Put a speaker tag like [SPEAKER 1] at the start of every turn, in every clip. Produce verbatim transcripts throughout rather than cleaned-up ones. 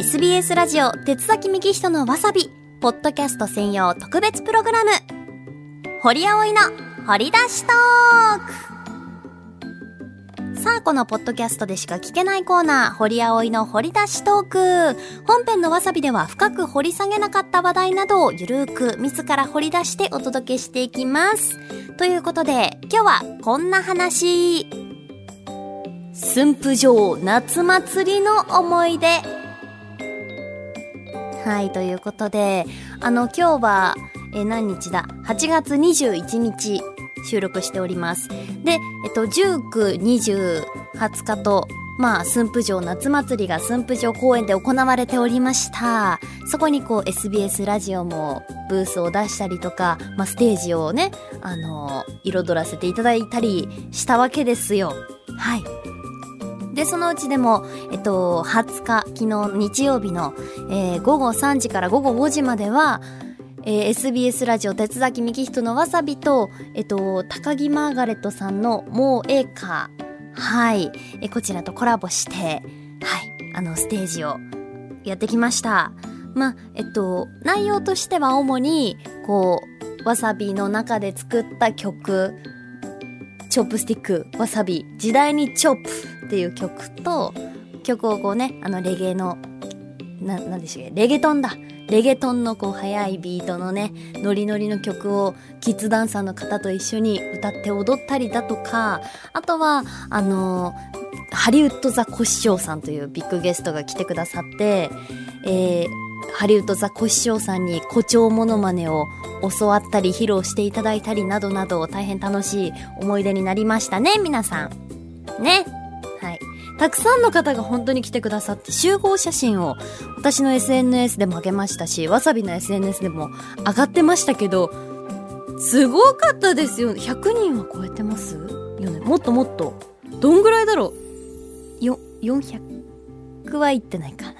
[SPEAKER 1] エスビーエス ラジオ鉄崎幹人のわさびポッドキャスト専用特別プログラム、堀葵の掘り出しトーク。さあ、このポッドキャストでしか聞けないコーナー、堀葵の掘り出しトーク。本編のわさびでは深く掘り下げなかった話題などをゆるーく自ら掘り出してお届けしていきます。ということで今日はこんな話。駿府城夏祭りの思い出。はい、ということで、あの今日はえ何日だはちがつにじゅういちにち収録しております。で、えっとじゅうく、にじゅう、はつかとまあ駿府城夏祭りが駿府城公園で行われておりました。そこにこう エスビーエス ラジオもブースを出したりとか、まあステージをね、あの彩らせていただいたりしたわけですよ。はい。で、そのうちでも、えっと、はつか、昨日日曜日の、えー、ごごさんじからごごごじまでは、えー、エスビーエス ラジオ鉄崎幹人のわさびと、えっと、高木マーガレットさんのもうええか、はい、えー、こちらとコラボして、はい、あの、ステージをやってきました。まあ、えっと、内容としては主に、こう、わさびの中で作った曲、チョップスティック、わさび、時代にチョップっていう曲と、曲をこうね、あのレゲエの、な、なんでしょう、レゲトンだ。レゲトンのこう速いビートのね、ノリノリの曲をキッズダンサーの方と一緒に歌って踊ったりだとか、あとは、あのー、ハリウッドザコシショウさんというビッグゲストが来てくださって、えー、ハリウッドザコシショウさんに誇張モノマネを教わったり披露していただいたりなどなど大変楽しい思い出になりましたね、皆さん。ね。はい。たくさんの方が本当に来てくださって集合写真を私の エスエヌエス でも上げましたし、わさびの エスエヌエス でも上がってましたけど、すごかったですよ。ひゃくにんは超えてますよね。もっともっと。どんぐらいだろう。よ、よんひゃくはいってないかな。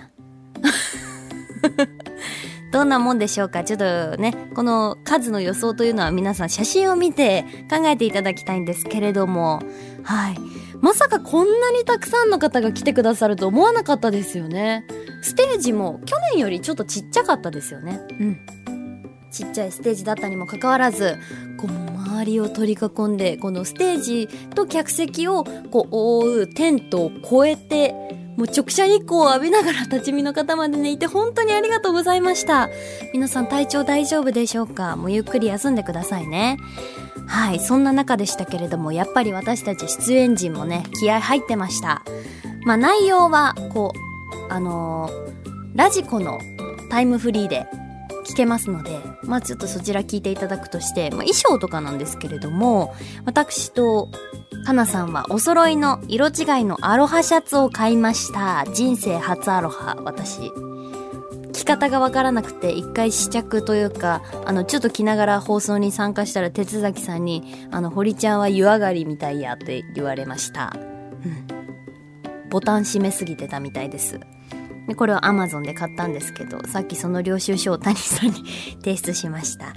[SPEAKER 1] どんなもんでしょうか。ちょっとね、この数の予想というのは皆さん写真を見て考えていただきたいんですけれども、はい。まさかこんなにたくさんの方が来てくださると思わなかったですよね。ステージも去年よりちょっとちっちゃかったですよね。うん。ちっちゃいステージだったにもかかわらず、こう周りを取り囲んで、このステージと客席をこう覆うテントを越えて、もう直射日光を浴びながら立ち見の方までねいて本当にありがとうございました。皆さん体調大丈夫でしょうか。もうゆっくり休んでくださいね。はい、そんな中でしたけれども、やっぱり私たち出演陣もね気合入ってました。まあ内容はこうあのー、ラジコのタイムフリーで聞けますので、まあちょっとそちら聞いていただくとして、まあ、衣装とかなんですけれども、私とかなさんはお揃いの色違いのアロハシャツを買いました。人生初アロハ。私着方がわからなくて一回試着というか、あのちょっと着ながら放送に参加したら鉄崎さんに、あの堀ちゃんは湯上がりみたいやって言われました。うん、ボタン閉めすぎてたみたいです。でこれを Amazon で買ったんですけど、さっきその領収書を谷さんに提出しました。はい。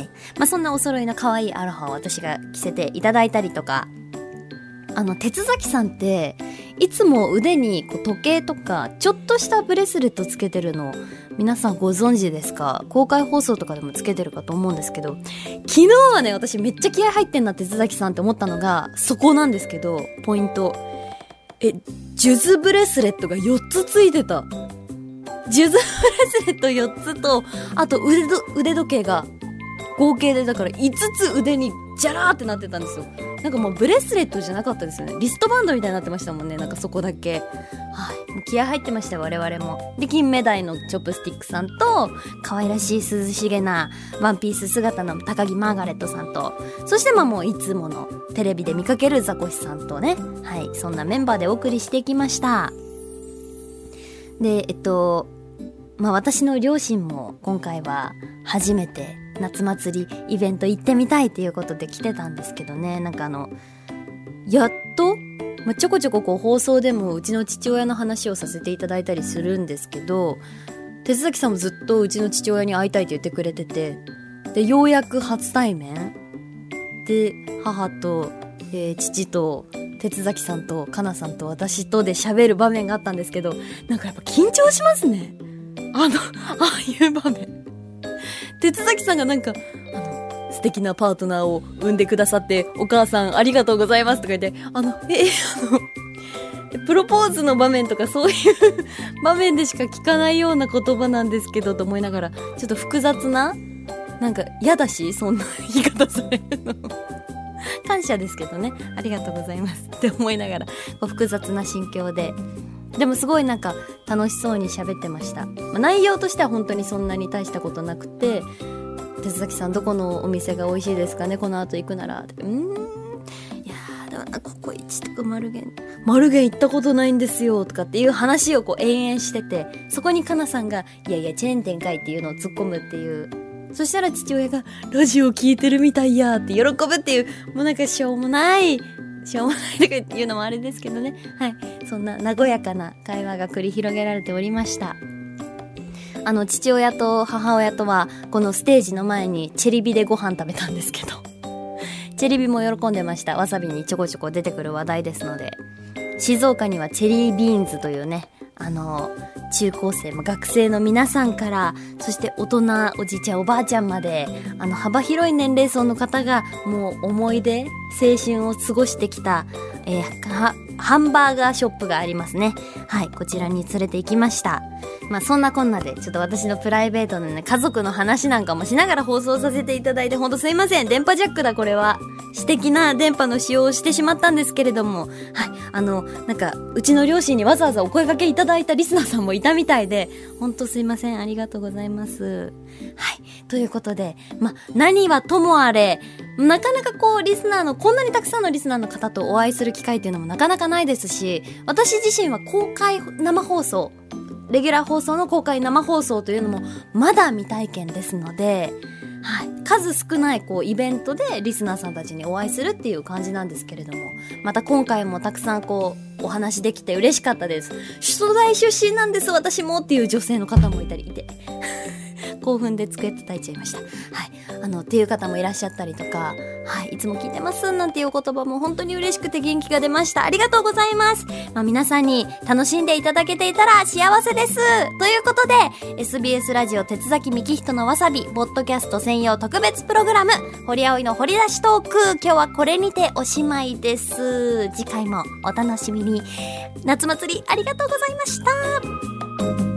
[SPEAKER 1] まあそんなお揃いの可愛いアロハを私が着せていただいたりとか、あの鉄崎さんっていつも腕にこう時計とかちょっとしたブレスレットつけてるの皆さんご存知ですか？公開放送とかでもつけてるかと思うんですけど、昨日はね私めっちゃ気合入ってんな鉄崎さんって思ったのがそこなんですけど、ポイント、え数珠ブレスレットがよっつついてた。数珠ブレスレットよっつと、あと腕ど腕時計が合計でだからいつつ腕にジャラーってなってたんですよ。なんかもうブレスレットじゃなかったですよね。リストバンドみたいになってましたもんね。なんかそこだけ。はい。もう気合入ってました我々も。で、金目鯛のチョップスティックさんと、可愛らしい涼しげなワンピース姿の高木マーガレットさんと、そしてまあもういつものテレビで見かけるザコシさんとね。はい。そんなメンバーでお送りしてきました。で、えっと、まあ私の両親も今回は初めて夏祭りイベント行ってみたいっていうことで来てたんですけどね、なんかあのやっと、まあ、ちょこちょここう放送でもうちの父親の話をさせていただいたりするんですけど、手崎さんもずっとうちの父親に会いたいって言ってくれてて、でようやく初対面で母と、えー、父と鉄崎さんとかなさんと私とで喋る場面があったんですけど、なんかやっぱ緊張しますね。あの、ああいう場面。鉄崎さんがなんか、あの、素敵なパートナーを産んでくださって、お母さんありがとうございますとか言って、あの、え、あの、プロポーズの場面とかそういう場面でしか聞かないような言葉なんですけどと思いながら、ちょっと複雑な、なんか嫌だし、そんな言い方されるの。感謝ですけどね、ありがとうございますって思いながら、こう複雑な心境で、でもすごいなんか楽しそうに喋ってました。まあ、内容としては本当にそんなに大したことなくて、鉄崎さんどこのお店が美味しいですかね、この後行くなら。うーん、いやーでもな、ココイチとかマルゲンマルゲン行ったことないんですよとかっていう話をこう延々してて、そこにかなさんがいやいやチェーン店かいっていうのを突っ込むっていう。そしたら父親がラジオ聞いてるみたいやーって喜ぶっていう、もうなんかしょうもないしょうもないとか言うのもあれですけどね。はい。そんな和やかな会話が繰り広げられておりました。あの、父親と母親とは、このステージの前にチェリビでご飯食べたんですけど、チェリビも喜んでました。わさびにちょこちょこ出てくる話題ですので。静岡にはチェリービーンズというね、あの、中高生、学生の皆さんから、そして大人、おじいちゃん、おばあちゃんまで、あの、幅広い年齢層の方が、もう思い出、青春を過ごしてきた、えー、は、ハンバーガーショップがありますね。はい、こちらに連れて行きました。まあそんなこんなで、ちょっと私のプライベートのね、家族の話なんかもしながら放送させていただいて、ほんとすいません。電波ジャックだ、これは。私的な電波の使用をしてしまったんですけれども、はい、あの、なんか、うちの両親にわざわざお声掛けいただいたリスナーさんもいたみたいで、ほんとすいません。ありがとうございます。はい、ということで、ま、何はともあれ、なかなかこう、リスナーの、こんなにたくさんのリスナーの方とお会いする機会っていうのもなかなかないですし、私自身は公開生放送、レギュラー放送の公開生放送というのもまだ未体験ですので、はい、数少ないこうイベントでリスナーさんたちにお会いするっていう感じなんですけれども、また今回もたくさんこうお話できて嬉しかったです。首都大出身なんです私もっていう女性の方もいたりいて興奮で机叩いちゃいました。はい、あのっていう方もいらっしゃったりとか、はい、いつも聞いてますなんていう言葉も本当に嬉しくて元気が出ました。ありがとうございます。まあ、皆さんに楽しんでいただけていたら幸せです。ということで エスビーエス ラジオ鉄崎幹人のわさびポッドキャスト専用特別プログラム堀葵の掘り出しトーク、今日はこれにておしまいです。次回もお楽しみに。夏祭りありがとうございました。